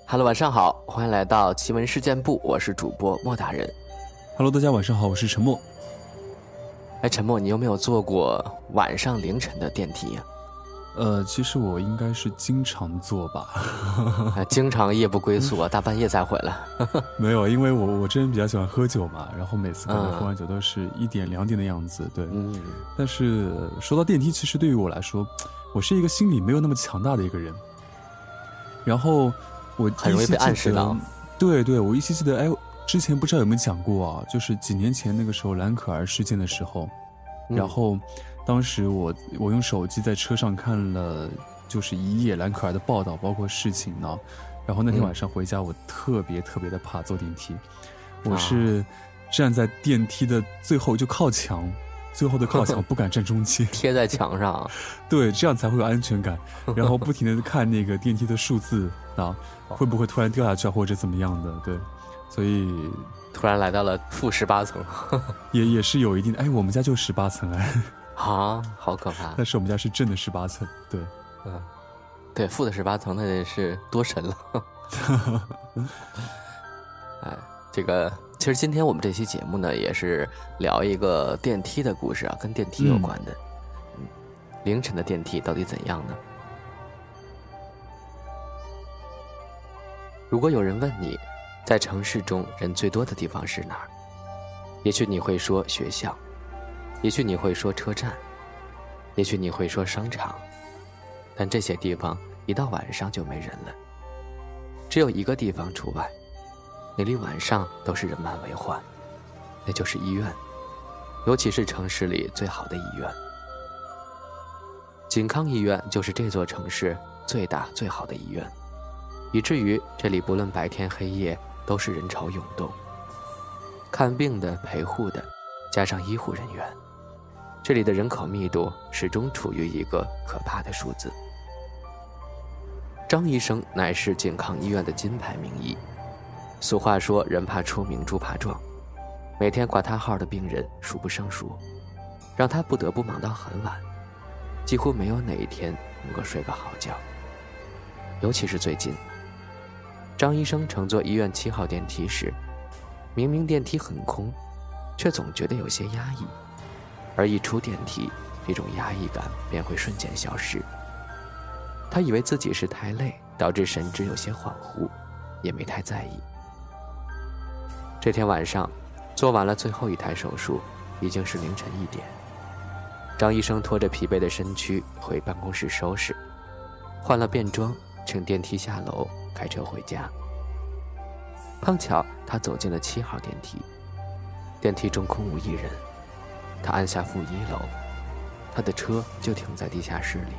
Hello， 晚上好，欢迎来到奇闻事件部，我是主播莫大人。 Hello， 大家晚上好，我是陈默。 陈默，你有没有坐过晚上凌晨的电梯呀？ 其实我应该是经常坐吧。 经常夜不归宿啊，大半夜才回来。 没有，因为我这人比较喜欢喝酒嘛，然后每次可能喝完酒都是1点2点的样子，对。但是说到电梯，其实对于我来说，我是一个心理没有那么强大的一个人。然后我很容易被暗示到。 对，我依稀记得，之前不知道有没有讲过啊，就是几年前那个时候蓝可儿事件的时候，然后当时我用手机在车上看了就是一夜蓝可儿的报道，包括事情呢。然后那天晚上回家，我特别的怕坐电梯，我是站在电梯的最后就靠墙。最后的靠墙不敢站中间， 贴在墙上， 对，这样才会有安全感。然后不停的看那个电梯的数字啊，会不会突然掉下去啊，或者怎么样的？对，所以突然来到了负18层， 也是有一定的。我们家就18层啊，好可怕！ 但是我们家是正的18层，对， 对，负的18层那得是多神了。这个。其实今天我们这期节目呢，也是聊一个电梯的故事啊，跟电梯有关的。凌晨的电梯到底怎样呢？如果有人问你，在城市中人最多的地方是哪儿？也许你会说学校，也许你会说车站，也许你会说商场，但这些地方一到晚上就没人了。只有一个地方除外。每离晚上都是人满为患，那就是医院，尤其是城市里最好的医院。锦康医院就是这座城市最大最好的医院，以至于这里不论白天黑夜都是人潮涌动。看病的、陪护的，加上医护人员，这里的人口密度始终处于一个可怕的数字。张医生乃是锦康医院的金牌名医。俗话说人怕出名猪怕壮，每天挂他号的病人数不胜数，让他不得不忙到很晚，几乎没有哪一天能够睡个好觉。尤其是最近，张医生乘坐医院7号电梯时，明明电梯很空，却总觉得有些压抑，而一出电梯，这种压抑感便会瞬间消失。他以为自己是太累导致神志有些恍惚，也没太在意。这天晚上做完了最后一台手术，已经是凌晨1点。张医生拖着疲惫的身躯回办公室收拾，换了便装，乘电梯下楼开车回家。碰巧他走进了7号电梯，电梯中空无一人。他按下负1楼，他的车就停在地下室里。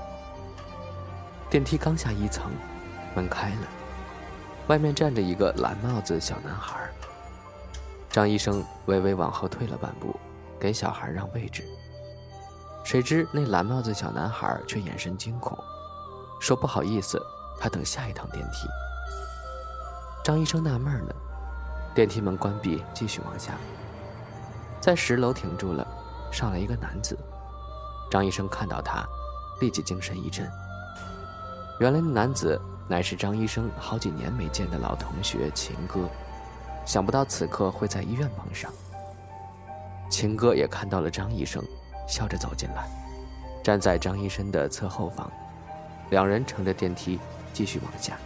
电梯刚下1层，门开了，外面站着一个蓝帽子小男孩。张医生微微往后退了半步，给小孩让位置。谁知那蓝帽子小男孩却眼神惊恐，说不好意思，他等下一趟电梯。张医生纳闷了，电梯门关闭，继续往下，在10楼停住了，上来一个男子。张医生看到他，立即精神一振。原来那男子乃是张医生好几年没见的老同学秦哥，想不到此刻会在医院碰上。秦哥也看到了张医生，笑着走进来，站在张医生的侧后方，两人乘着电梯继续往下。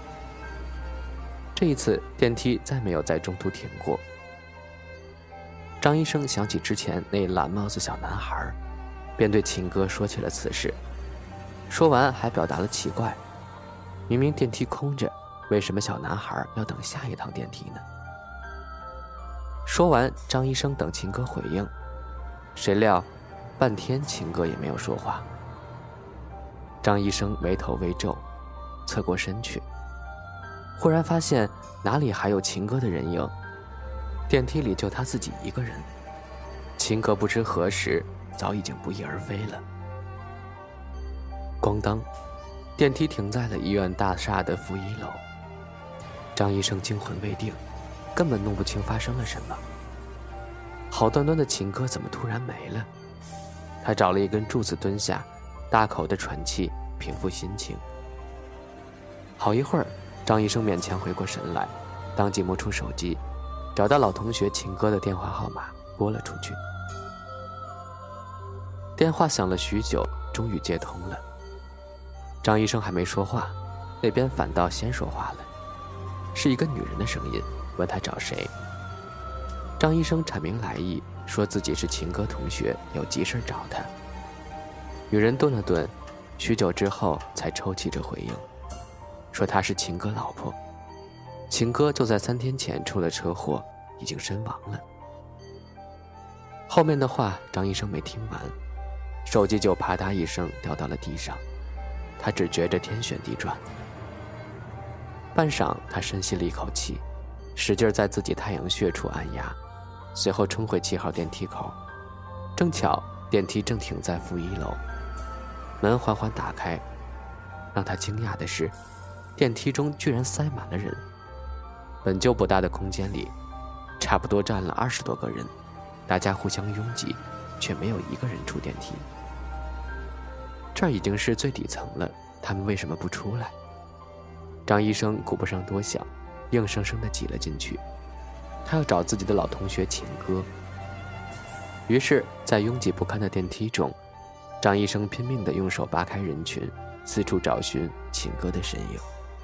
这一次电梯再没有在中途停过。张医生想起之前那蓝帽子小男孩，便对秦哥说起了此事。说完还表达了奇怪，明明电梯空着，为什么小男孩要等下一趟电梯呢？说完，张医生等秦哥回应，谁料半天秦哥也没有说话。张医生眉头微皱，侧过身去，忽然发现哪里还有秦哥的人影，电梯里就他自己一个人。秦哥不知何时早已经不翼而飞了。咣当，电梯停在了医院大厦的负1楼。张医生惊魂未定，根本弄不清发生了什么。好端端的秦哥怎么突然没了？他找了一根柱子蹲下，大口的喘气，平复心情。好一会儿， 张医生勉强回过神来，当即摸出手机，找到老同学秦哥的电话号码，拨了出去。电话响了许久，终于接通了。张医生还没说话，那边反倒先说话了，是一个女人的声音，问他找谁。张医生阐明来意，说自己是秦哥同学，有急事找他。女人顿了顿，许久之后才抽泣着回应，说她是秦哥老婆，秦哥就在3天前出了车祸，已经身亡了。后面的话张医生没听完，手机就啪嗒一声掉到了地上，他只觉着天旋地转。半晌，他深吸了一口气，使劲在自己太阳穴处按压，随后冲回7号电梯口。正巧电梯正停在负1楼，门缓缓打开，让他惊讶的是，电梯中居然塞满了人。本就不大的空间里，差不多站了20多个人，大家互相拥挤，却没有一个人出电梯。这儿已经是最底层了，他们为什么不出来？张医生顾不上多想，硬生生地挤了进去。他要找自己的老同学秦哥。于是在拥挤不堪的电梯中，张医生拼命地用手扒开人群，四处找寻秦哥的身影。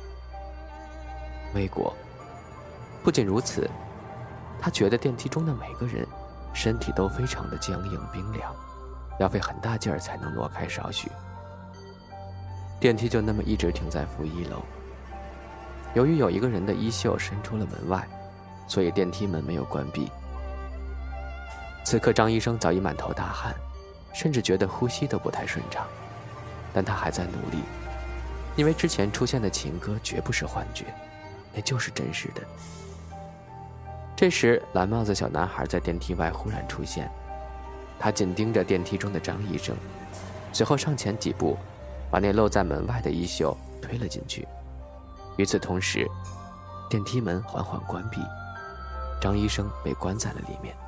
未果。不仅如此，他觉得电梯中的每个人身体都非常的僵硬冰凉，要费很大劲儿才能挪开少许。电梯就那么一直停在负1楼。由于有一个人的衣袖伸出了门外，所以电梯门没有关闭。此刻张医生早已满头大汗，甚至觉得呼吸都不太顺畅，但他还在努力，因为之前出现的秦哥绝不是幻觉，那就是真实的。这时蓝帽子小男孩在电梯外忽然出现，他紧盯着电梯中的张医生，随后上前几步，把那露在门外的衣袖推了进去。与此同时，电梯门缓缓关闭，张医生被关在了里面。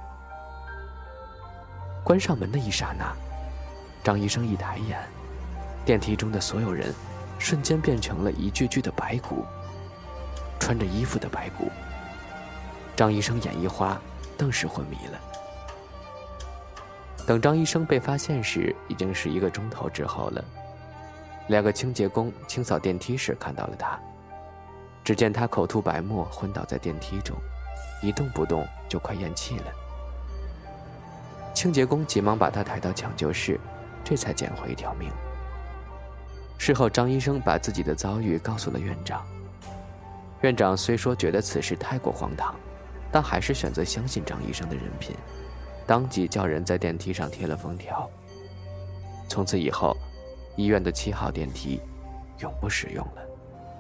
关上门的一刹那，张医生一抬眼，电梯中的所有人瞬间变成了一具具的白骨，穿着衣服的白骨。张医生眼一花，顿时昏迷了。等张医生被发现时，已经是1个钟头之后了。2个清洁工清扫电梯时看到了他，只见他口吐白沫，昏倒在电梯中，一动不动，就快咽气了。清洁工急忙把他抬到抢救室，这才捡回一条命。事后张医生把自己的遭遇告诉了院长。院长虽说觉得此事太过荒唐，但还是选择相信张医生的人品，当即叫人在电梯上贴了封条。从此以后，医院的7号电梯永不使用了。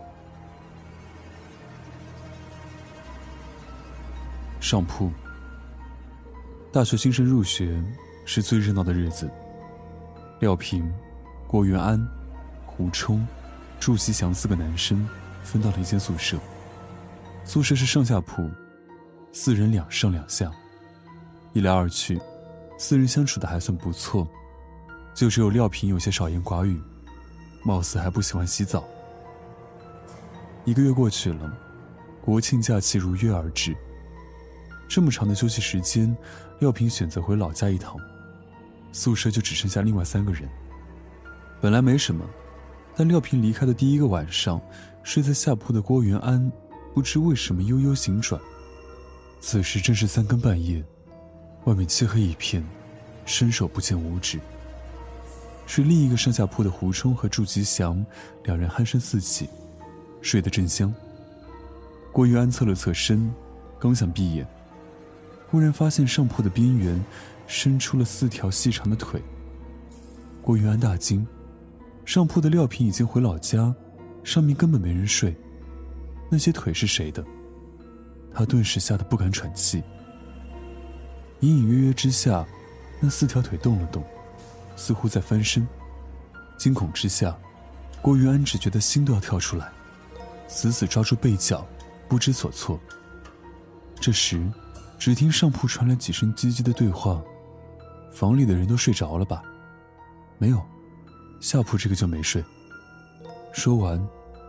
上铺。大学新生入学是最热闹的日子。廖平、郭元安、胡冲、祝吉祥4个男生分到了一间宿舍。宿舍是上下铺，4人2上2下，一来二去，4人相处的还算不错，就只有廖平有些少言寡语，貌似还不喜欢洗澡。1个月过去了，国庆假期如约而至。这么长的休息时间，廖平选择回老家一趟，宿舍就只剩下另外3个人。本来没什么，但廖平离开的第1个晚上，睡在下铺的郭元安不知为什么悠悠醒转。此时正是3更半夜，外面漆黑一片，伸手不见五指。睡另一个上下铺的胡冲和祝吉祥2人鼾声四起，睡得正香。郭元安侧了侧身，刚想闭眼，忽然发现上铺的边缘伸出了4条细长的腿。郭元安大惊，上铺的廖平已经回老家，上面根本没人睡，那些腿是谁的？他顿时吓得不敢喘气。隐隐约约之下，那4条腿动了动，似乎在翻身。惊恐之下，郭元安只觉得心都要跳出来，死死抓住被角，不知所措。这时只听上铺传来几声唧唧的对话，房里的人都睡着了吧？没有，下铺这个就没睡。说完，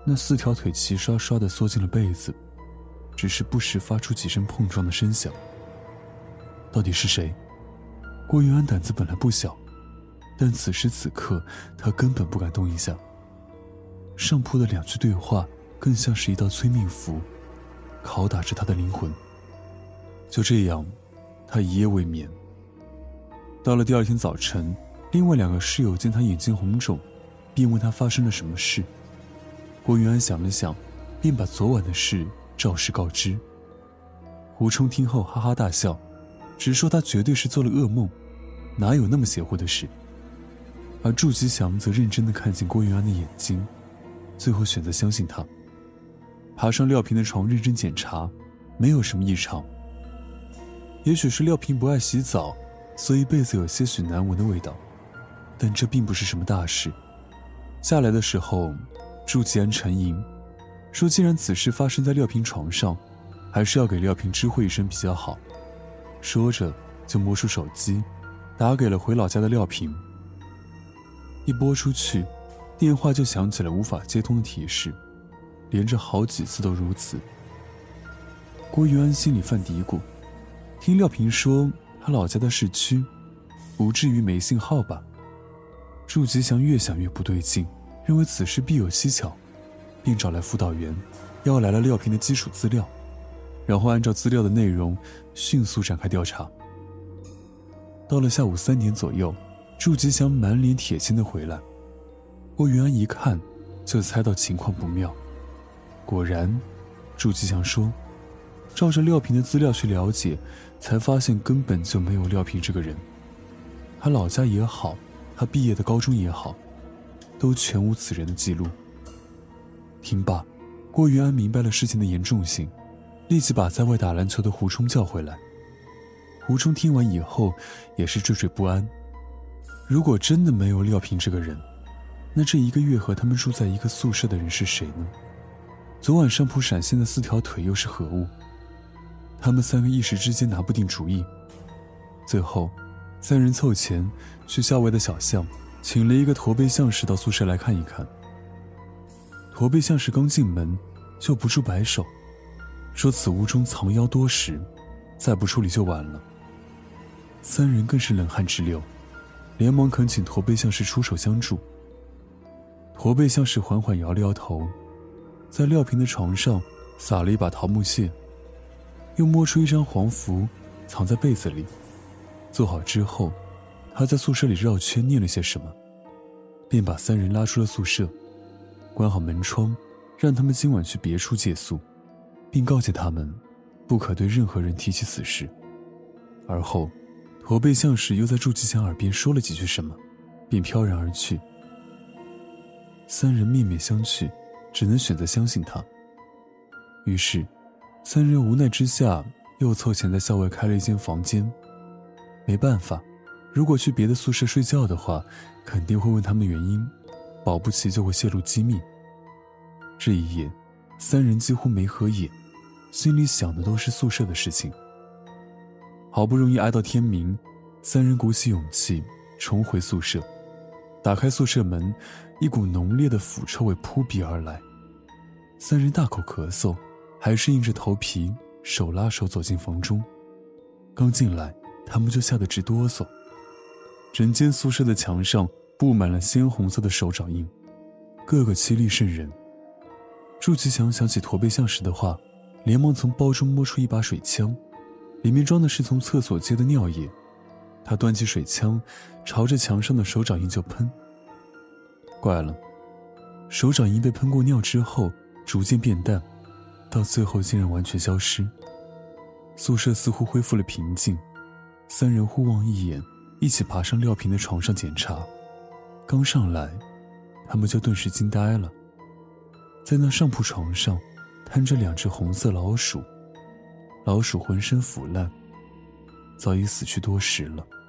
那4条腿齐刷刷地缩进了被子，只是不时发出几声碰撞的声响。到底是谁？郭云安胆子本来不小，但此时此刻他根本不敢动一下。上铺的2句对话更像是一道催命符，拷打着他的灵魂。就这样，他一夜未眠。到了第2天早晨，另外2个室友见他眼睛红肿，便问他发生了什么事。郭云安想了想，便把昨晚的事照实告知。胡冲听后哈哈大笑，只说他绝对是做了噩梦，哪有那么邪乎的事。而祝吉祥则认真地看进郭云安的眼睛，最后选择相信他。爬上廖平的床认真检查，没有什么异常。也许是廖平不爱洗澡，所以被子有些许难闻的味道，但这并不是什么大事。下来的时候，祝吉安沉吟，说既然此事发生在廖平床上，还是要给廖平知会一声比较好。说着就摸出手机，打给了回老家的廖平。一拨出去，电话就响起了无法接通的提示，连着好几次都如此。郭云安心里犯嘀咕，听廖平说他老家的市区，不至于没信号吧。祝吉祥越想越不对劲，认为此事必有蹊跷，便找来辅导员，要来了廖平的基础资料，然后按照资料的内容迅速展开调查。到了下午3点左右，祝吉祥满脸铁青地回来。郭云安一看就猜到情况不妙。果然，祝吉祥说，照着廖平的资料去了解，才发现根本就没有廖平这个人。他老家也好，他毕业的高中也好，都全无此人的记录。听罢，郭云安明白了事情的严重性，立即把在外打篮球的胡冲叫回来。胡冲听完以后也是惴惴不安。如果真的没有廖平这个人，那这1个月和他们住在一个宿舍的人是谁呢？昨晚上铺闪现的4条腿又是何物？他们3个一时之间拿不定主意。最后3人凑钱去校外的小巷，请了一个驼背相士到宿舍来看一看。驼背相士刚进门就不住摆手，说此屋中藏妖多时，再不处理就晚了。3人更是冷汗直流，连忙恳请驼背相士出手相助。驼背相士缓缓摇了摇头，在廖平的床上撒了一把桃木屑，又摸出一张黄符藏在被子里。做好之后，他在宿舍里绕圈念了些什么，便把3人拉出了宿舍，关好门窗，让他们今晚去别处借宿，并告诫他们不可对任何人提起此事。而后驼背相士又在祝吉祥耳边说了几句什么，便飘然而去。3人面面相觑，只能选择相信他。于是3人无奈之下又凑钱在校外开了一间房间。没办法，如果去别的宿舍睡觉的话，肯定会问他们原因，保不齐就会泄露机密。这一夜3人几乎没合眼，心里想的都是宿舍的事情。好不容易挨到天明，3人鼓起勇气重回宿舍。打开宿舍门，一股浓烈的腐臭味扑鼻而来。3人大口咳嗽，还是硬着头皮手拉手走进房中。刚进来，他们就吓得直哆嗦。整间宿舍的墙上布满了鲜红色的手掌印，个个凄厉瘆人。祝吉祥想起驼背相士的话，连忙从包中摸出一把水枪，里面装的是从厕所接的尿液。他端起水枪，朝着墙上的手掌印就喷。怪了，手掌印被喷过尿之后逐渐变淡，到最后竟然完全消失。宿舍似乎恢复了平静，3人互望一眼，一起爬上廖平的床上检查。刚上来，他们就顿时惊呆了。在那上铺床上摊着2只红色老鼠，老鼠浑身腐烂，早已死去多时了。